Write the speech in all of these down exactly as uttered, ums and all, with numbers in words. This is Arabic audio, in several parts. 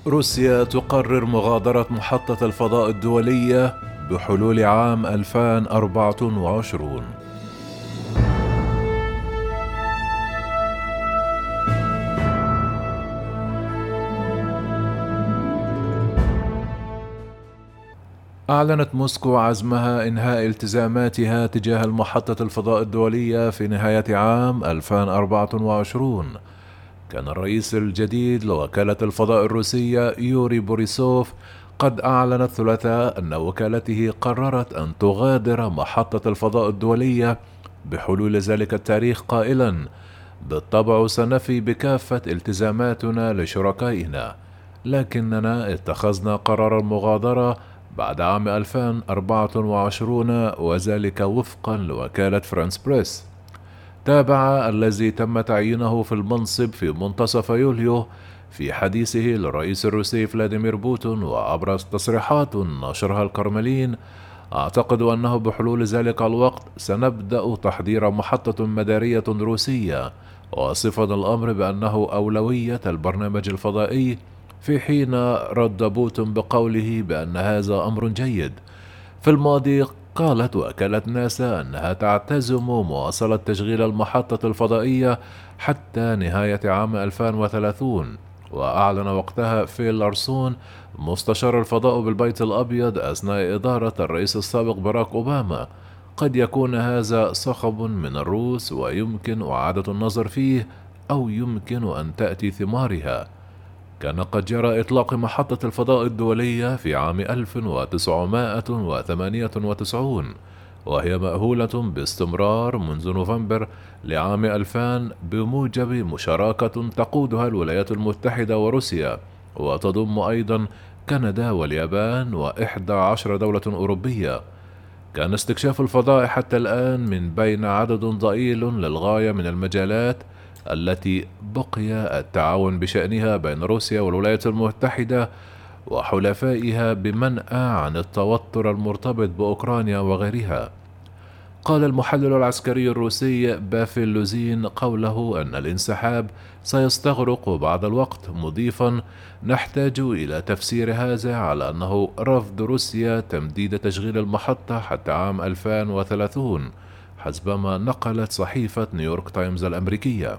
روسيا تقرر مغادرة محطة الفضاء الدولية بحلول عام ألفين وأربعة وعشرين. أعلنت موسكو عزمها إنهاء التزاماتها تجاه المحطة الفضاء الدولية في نهاية عام ألفين وأربعة وعشرين. كان الرئيس الجديد لوكالة الفضاء الروسية يوري بوريسوف قد أعلن الثلاثاء أن وكالته قررت أن تغادر محطة الفضاء الدولية بحلول ذلك التاريخ، قائلا: بالطبع سنفي بكافة التزاماتنا لشركائنا، لكننا اتخذنا قرار المغادرة بعد عام ألفين وأربعة وعشرين، وذلك وفقا لوكالة فرانس بريس. تابع الذي تم تعيينه في المنصب في منتصف يوليو في حديثه للرئيس الروسي فلاديمير بوتين، وأبرز تصريحات نشرها الكرملين: أعتقد أنه بحلول ذلك الوقت سنبدأ تحضير محطة مدارية روسية، وصفا الأمر بأنه أولوية البرنامج الفضائي، في حين رد بوتين بقوله بأن هذا أمر جيد. في الماضي قالت وكالة ناسا أنها تعتزم مواصلة تشغيل المحطة الفضائية حتى نهاية عام ألفين وثلاثين، وأعلن وقتها فيل لارسون مستشار الفضاء بالبيت الأبيض أثناء إدارة الرئيس السابق باراك أوباما: قد يكون هذا صخب من الروس ويمكن إعادة النظر فيه، أو يمكن أن تأتي ثمارها. كان قد جرى إطلاق محطة الفضاء الدولية في عام ألف وتسعمائة وثمانية وتسعين، وهي مأهولة باستمرار منذ نوفمبر لعام ألفين بموجب مشاركة تقودها الولايات المتحدة وروسيا، وتضم أيضا كندا واليابان وإحدى عشر دولة أوروبية. كان استكشاف الفضاء حتى الآن من بين عدد ضئيل للغاية من المجالات التي بقي التعاون بشأنها بين روسيا والولايات المتحدة وحلفائها بمنأى عن التوتر المرتبط بأوكرانيا وغيرها. قال المحلل العسكري الروسي بافل لوزين قوله أن الانسحاب سيستغرق بعض الوقت، مضيفا: نحتاج إلى تفسير هذا على أنه رفض روسيا تمديد تشغيل المحطة حتى عام ألفين وثلاثين، حسبما نقلت صحيفة نيويورك تايمز الأمريكية.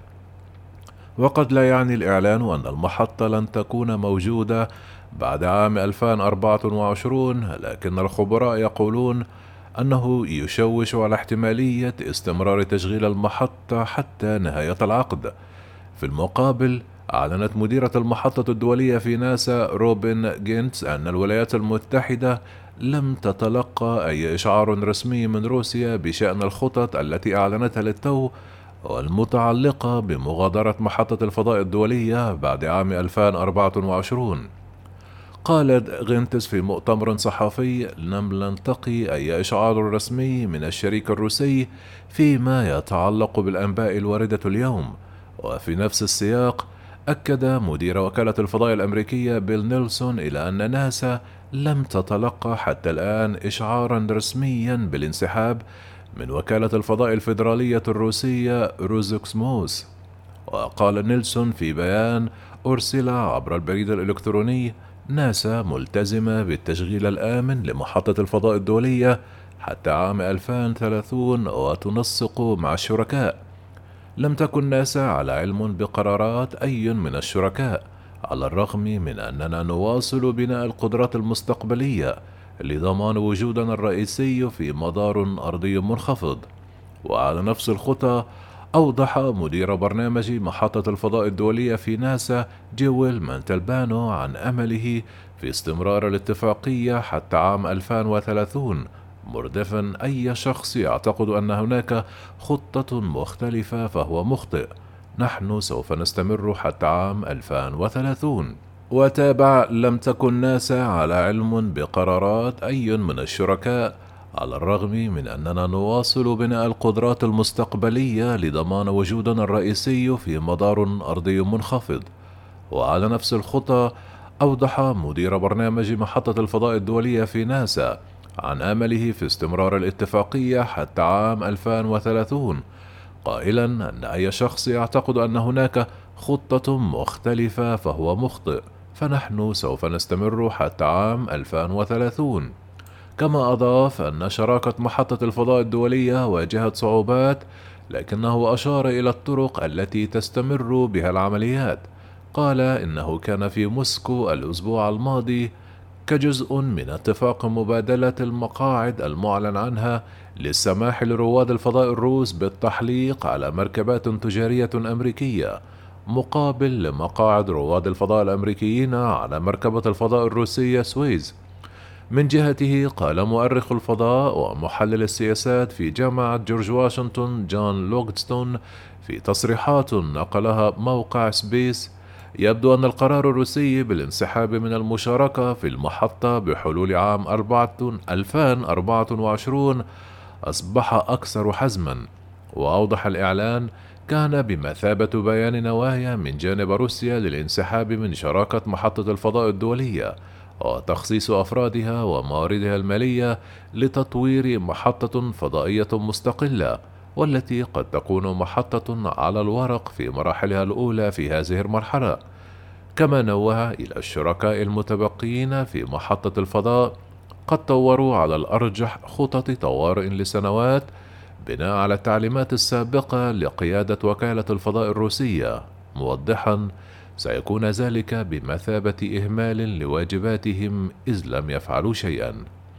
وقد لا يعني الإعلان أن المحطة لن تكون موجودة بعد عام ألفين وأربعة وعشرين، لكن الخبراء يقولون أنه يشوش على احتمالية استمرار تشغيل المحطة حتى نهاية العقد. في المقابل، أعلنت مديرة المحطة الدولية في ناسا روبن جينتس أن الولايات المتحدة لم تتلقى أي إشعار رسمي من روسيا بشأن الخطط التي أعلنتها للتو والمتعلقة بمغادرة محطة الفضاء الدولية بعد عام ألفين وأربعة وعشرين. قالت غينتس في مؤتمر صحفي: لم نلتقي أي إشعار رسمي من الشريك الروسي فيما يتعلق بالأنباء الواردة اليوم. وفي نفس السياق، أكد مدير وكالة الفضاء الأمريكية بيل نيلسون إلى أن ناسا لم تتلقى حتى الآن إشعارا رسميا بالانسحاب من وكالة الفضاء الفيدرالية الروسية روزوكسموس. وقال نيلسون في بيان أرسل عبر البريد الإلكتروني: ناسا ملتزمة بالتشغيل الآمن لمحطة الفضاء الدولية حتى عام ألفين وثلاثين وتنسق مع الشركاء. لم تكن ناسا على علم بقرارات أي من الشركاء، على الرغم من أننا نواصل بناء القدرات المستقبلية لضمان وجودنا الرئيسي في مدار أرضي منخفض. وعلى نفس الخطى، أوضح مدير برنامج محطة الفضاء الدولية في ناسا جويل مانتلبانو عن أمله في استمرار الاتفاقية حتى عام ألفين وثلاثين، مردفا أي شخص يعتقد أن هناك خطة مختلفة فهو مخطئ. نحن سوف نستمر حتى عام ألفين وثلاثين. وتابع: لم تكن ناسا على علم بقرارات أي من الشركاء، على الرغم من أننا نواصل بناء القدرات المستقبلية لضمان وجودنا الرئيسي في مدار أرضي منخفض. وعلى نفس الخطى، أوضح مدير برنامج محطة الفضاء الدولية في ناسا عن أمله في استمرار الاتفاقية حتى عام ألفين وثلاثين، قائلا أن أي شخص يعتقد أن هناك خطة مختلفة فهو مخطئ. فنحن سوف نستمر حتى عام ألفين وثلاثين. كما أضاف أن شراكة محطة الفضاء الدولية واجهت صعوبات، لكنه أشار إلى الطرق التي تستمر بها العمليات. قال إنه كان في موسكو الأسبوع الماضي كجزء من اتفاق مبادلة المقاعد المعلن عنها للسماح لرواد الفضاء الروس بالتحليق على مركبات تجارية أمريكية مقابل لمقاعد رواد الفضاء الأمريكيين على مركبة الفضاء الروسية سويز. من جهته قال مؤرخ الفضاء ومحلل السياسات في جامعة جورج واشنطن جون لوغستون في تصريحات نقلها موقع سبيس: يبدو أن القرار الروسي بالانسحاب من المشاركة في المحطة بحلول عام ألفين وأربعة وعشرين أصبح أكثر حزما. وأوضح الإعلان كان بمثابة بيان نوايا من جانب روسيا للانسحاب من شراكة محطة الفضاء الدولية وتخصيص أفرادها ومواردها المالية لتطوير محطة فضائية مستقلة، والتي قد تكون محطة على الورق في مراحلها الأولى في هذه المرحلة. كما نوه إلى الشركاء المتبقين في محطة الفضاء قد طوروا على الأرجح خطط طوارئ لسنوات بناء على التعليمات السابقة لقيادة وكالة الفضاء الروسية، موضحا: سيكون ذلك بمثابة إهمال لواجباتهم إذ لم يفعلوا شيئا.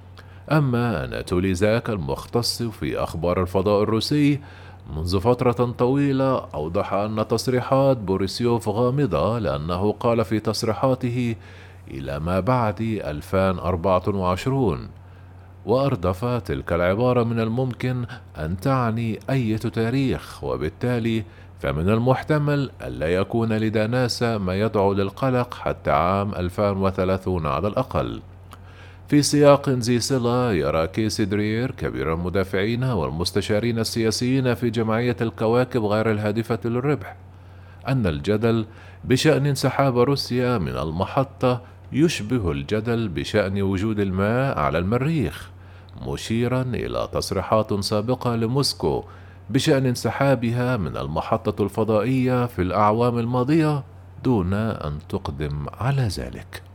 أما أناتولي زاك المختص في أخبار الفضاء الروسي منذ فترة طويلة أوضح أن تصريحات بوريسيوف غامضة، لأنه قال في تصريحاته إلى ما بعد ألفين وأربعة وعشرين، وأردف تلك العبارة من الممكن أن تعني أي تاريخ، وبالتالي فمن المحتمل ألا يكون لدى ناسا ما يدعو للقلق حتى عام ألفين وثلاثين على الأقل. في سياق ذي صلة، يرى كيسي درير كبير المدافعين والمستشارين السياسيين في جمعية الكواكب غير الهادفة للربح أن الجدل بشأن انسحاب روسيا من المحطة يشبه الجدل بشأن وجود الماء على المريخ، مشيرا إلى تصريحات سابقة لموسكو بشأن انسحابها من المحطة الفضائية في الأعوام الماضية دون أن تقدم على ذلك.